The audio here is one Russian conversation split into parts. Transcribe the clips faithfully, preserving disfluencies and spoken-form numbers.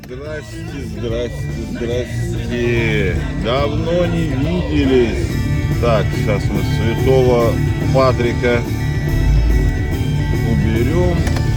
Здрасте, здрасте, здрасте. Давно не виделись. Так, сейчас мы Святого Патрика уберем.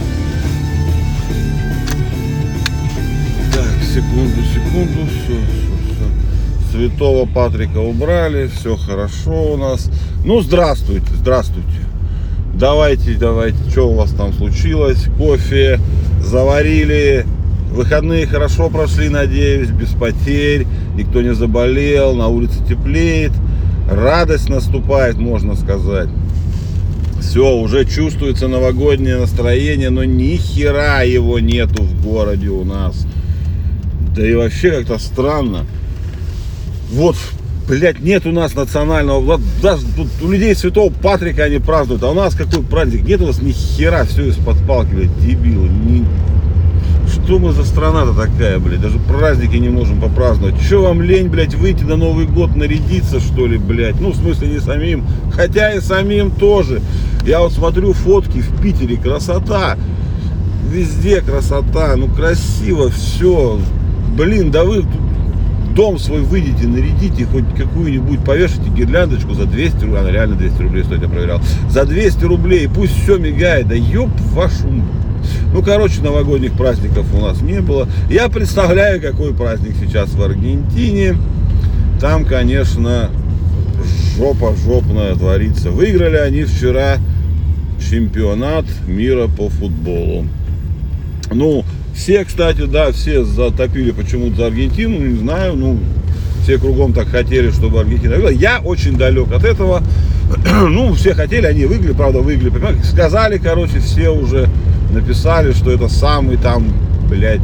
Так, секунду, секунду. Все, все, все. Святого Патрика убрали. Все хорошо у нас. Ну, здравствуйте, здравствуйте. Давайте, давайте, что у вас там случилось? Кофе заварили. Выходные хорошо прошли, надеюсь, без потерь. Никто не заболел, на улице теплеет. Радость наступает, можно сказать. Все, уже чувствуется новогоднее настроение, но ни хера его нету в городе у нас. Да и вообще как-то странно. Вот, блядь, нет у нас национального, вот, даже тут у людей Святого Патрика они празднуют, а у нас какой праздник? Нет у нас ни хера, все из-под палки, блядь, дебилы. Ни... Что мы за страна-то такая, блядь, даже праздники не можем попраздновать. Че вам лень, блядь, выйти на Новый год нарядиться, что ли, блядь? Ну, в смысле, не самим, хотя и самим тоже. Я вот смотрю фотки в Питере, красота, везде красота, ну, красиво, все. Блин, да вы дом свой выйдите, нарядите, хоть какую-нибудь, повешайте гирляндочку за двести рублей, она реально двести рублей стоит, я проверял, за двести рублей, пусть все мигает, да ёб вашу... Ну, короче, новогодних праздников у нас не было. Я представляю, какой праздник сейчас в Аргентине. Там, конечно, жопа жопная творится. Выиграли они вчера чемпионат мира по футболу. Ну, все, кстати, да, все затопили почему-то за Аргентину, не знаю, ну, все кругом так хотели, чтобы Аргентина выиграла. Я очень далек от этого. Ну, все хотели, они выиграли, правда, выиграли. Понимаете, сказали, короче, все уже написали, что это самый там, блядь,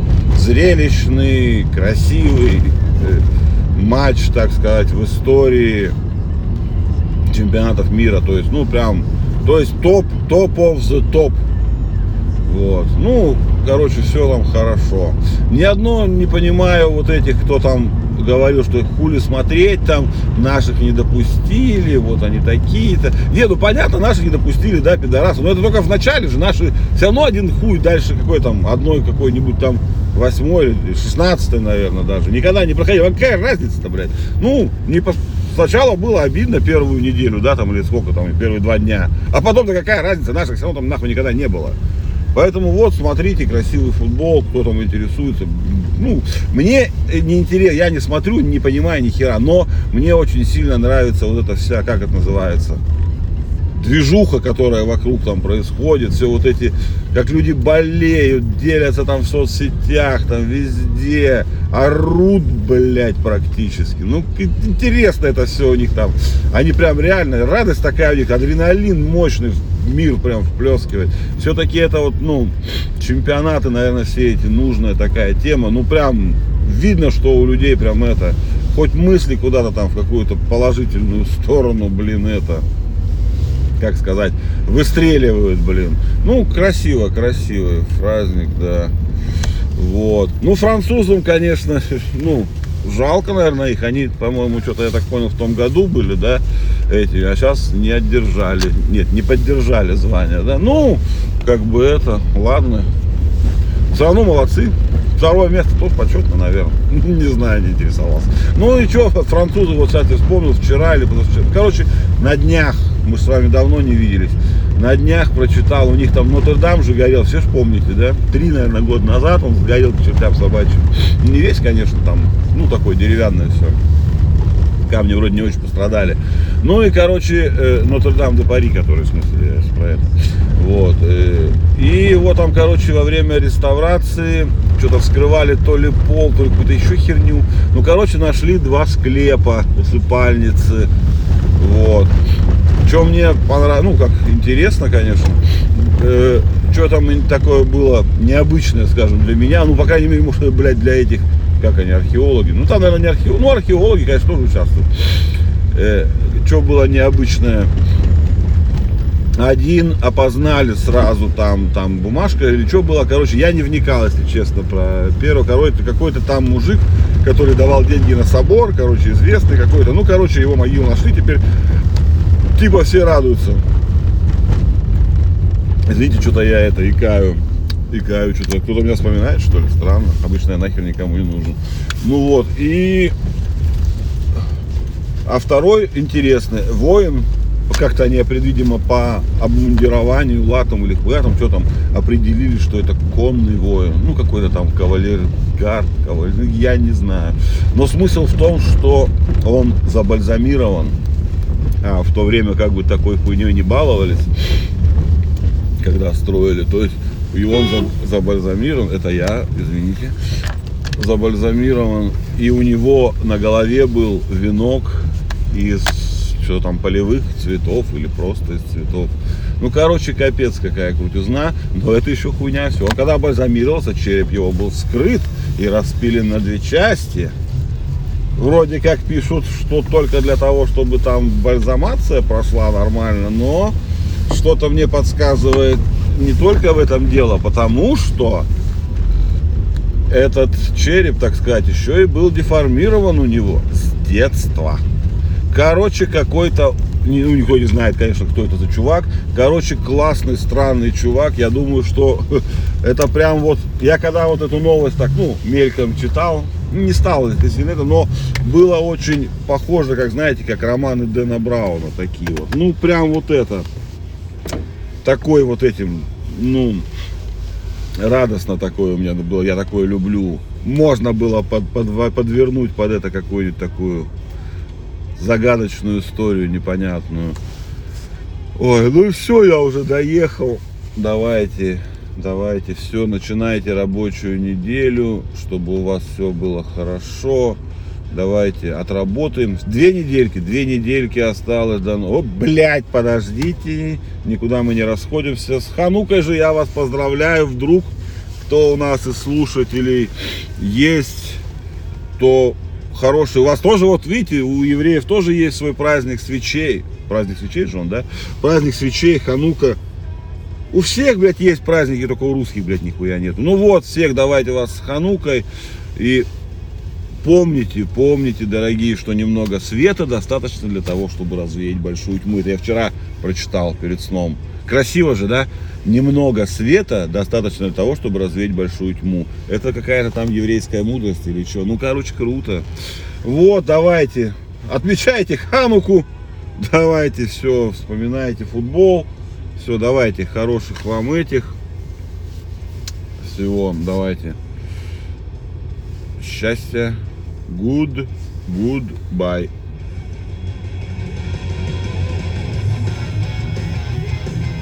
зрелищный, красивый матч, так сказать, в истории чемпионатов мира. То есть, ну, прям, то есть топ, топ of the топ. Вот. Ну, короче, все там хорошо. Ни одно не понимаю вот этих, кто там говорил, что хули смотреть, там наших не допустили, вот они такие-то. Не, ну понятно, наших не допустили, да, пидорасы. Но это только в начале же наши, все равно один хуй дальше какой там, одной какой-нибудь там восьмой или шестнадцатой, наверное, даже. Никогда не проходил. А какая разница-то, блядь? Ну, не по... Сначала было обидно первую неделю, да, там, или сколько там, первые два дня. А потом-то какая разница, наших все равно там нахуй никогда не было. Поэтому вот, смотрите, красивый футбол, кто там интересуется. Ну, мне не интересно, я не смотрю, не понимаю ни хера, но мне очень сильно нравится вот эта вся, как это называется, движуха, которая вокруг там происходит, все вот эти, как люди болеют, делятся там в соцсетях, там везде, орут, блядь, практически. Ну, интересно это все у них там. Они прям реально, радость такая у них, адреналин мощный, мир прям вплескивает. Все-таки это вот, ну, чемпионаты, наверное, все эти, нужная такая тема. Ну, прям видно, что у людей прям это, хоть мысли куда-то там в какую-то положительную сторону, блин, это... как сказать, выстреливают, блин. Ну, красиво, красивый праздник, да. Вот. Ну, французам, конечно, ну, жалко, наверное, их. Они, по-моему, что-то, я так понял, в том году были, да, эти, а сейчас не одержали, нет, не поддержали звание, да. Ну, как бы это, ладно. Все равно молодцы. Второе место тоже почетно, наверное. Не знаю, не интересовался. Ну и что, французы, вот, кстати, вспомнил вчера или позавчера. Короче, на днях, мы с вами давно не виделись, на днях прочитал, у них там Нотр-Дам же горел, все же помните, да? Три, наверное, года назад он сгорел к чертям собачьим. Не весь, конечно, там, ну, такой деревянное все. Камни вроде не очень пострадали. Ну и, короче, э, Нотр-Дам-де-Пари, который, в смысле, я про это. Вот. Э, и вот там, короче, во время реставрации что-то вскрывали то ли пол, то ли какую-то еще херню. Ну, короче, нашли два склепа, усыпальницы. Вот. Что мне понравилось, ну, как интересно, конечно. Э, что там такое было необычное, скажем, для меня. Ну, по крайней мере, может, блядь, для этих... Как они, археологи? Ну, там, наверное, не археологи. Ну, археологи, конечно, тоже участвуют. Э, что было необычное? Один опознали сразу там, там бумажка или что было. Короче, я не вникал, если честно, про первого. Короче, какой-то там мужик, который давал деньги на собор, короче, известный какой-то. Ну, короче, его могилу нашли. Теперь типа все радуются. Извините, что-то я это икаю. икаю что-то. Кто-то меня вспоминает, что ли? Странно. Обычно я нахер никому не нужен. Ну вот, и... А второй интересный. Воин, как-то они, видимо, по обмундированию, латам или хуятам, что там, определили, что это конный воин. Ну, какой-то там кавалергард, кавалер, я не знаю. Но смысл в том, что он забальзамирован. А в то время как бы такой хуйней не баловались, когда строили. То есть и он забальзамирован, это я, извините, забальзамирован. И у него на голове был венок из что там полевых цветов или просто из цветов. Ну, короче, капец какая крутизна. Но это еще хуйня все. Он когда бальзамировался, череп его был скрыт и распилен на две части. Вроде как пишут, что только для того, чтобы там бальзамация прошла нормально, но что-то мне подсказывает не только в этом дело, потому что этот череп, так сказать, еще и был деформирован у него с детства. Короче, какой-то, ну, никто не знает, конечно, кто это за чувак. Короче, классный, странный чувак. Я думаю, что это прям вот, я когда вот эту новость так, ну, мельком читал, не стал это, но было очень похоже, как, знаете, как романы Дэна Брауна такие вот. Ну, прям вот это, такой вот этим, ну, радостно такое у меня было, я такое люблю. Можно было под, под, подвернуть под это какую-нибудь такую загадочную историю непонятную. Ой, ну все, я уже доехал. Давайте, давайте, все, начинайте рабочую неделю, чтобы у вас все было хорошо. Давайте отработаем. Две недельки, две недельки осталось до... О, блядь, подождите. Никуда мы не расходимся. С Ханукой же я вас поздравляю. Вдруг кто у нас из слушателей есть, то хороший. У вас тоже, вот видите, у евреев тоже есть свой праздник свечей. Праздник свечей же он, да? Праздник свечей, Ханука. У всех, блядь, есть праздники, только у русских, блядь, нихуя нету. Ну вот, всех давайте вас с Ханукой. И помните, помните, дорогие, что немного света достаточно для того, чтобы развеять большую тьму. Это я вчера прочитал перед сном. Красиво же, да? Немного света достаточно для того, чтобы развеять большую тьму. Это какая-то там еврейская мудрость или что. Ну, короче, круто. Вот, давайте, отмечайте Хануку. Давайте, все, вспоминайте футбол. Все, давайте, хороших вам этих. Всего, давайте. Счастья. Good, goodbye.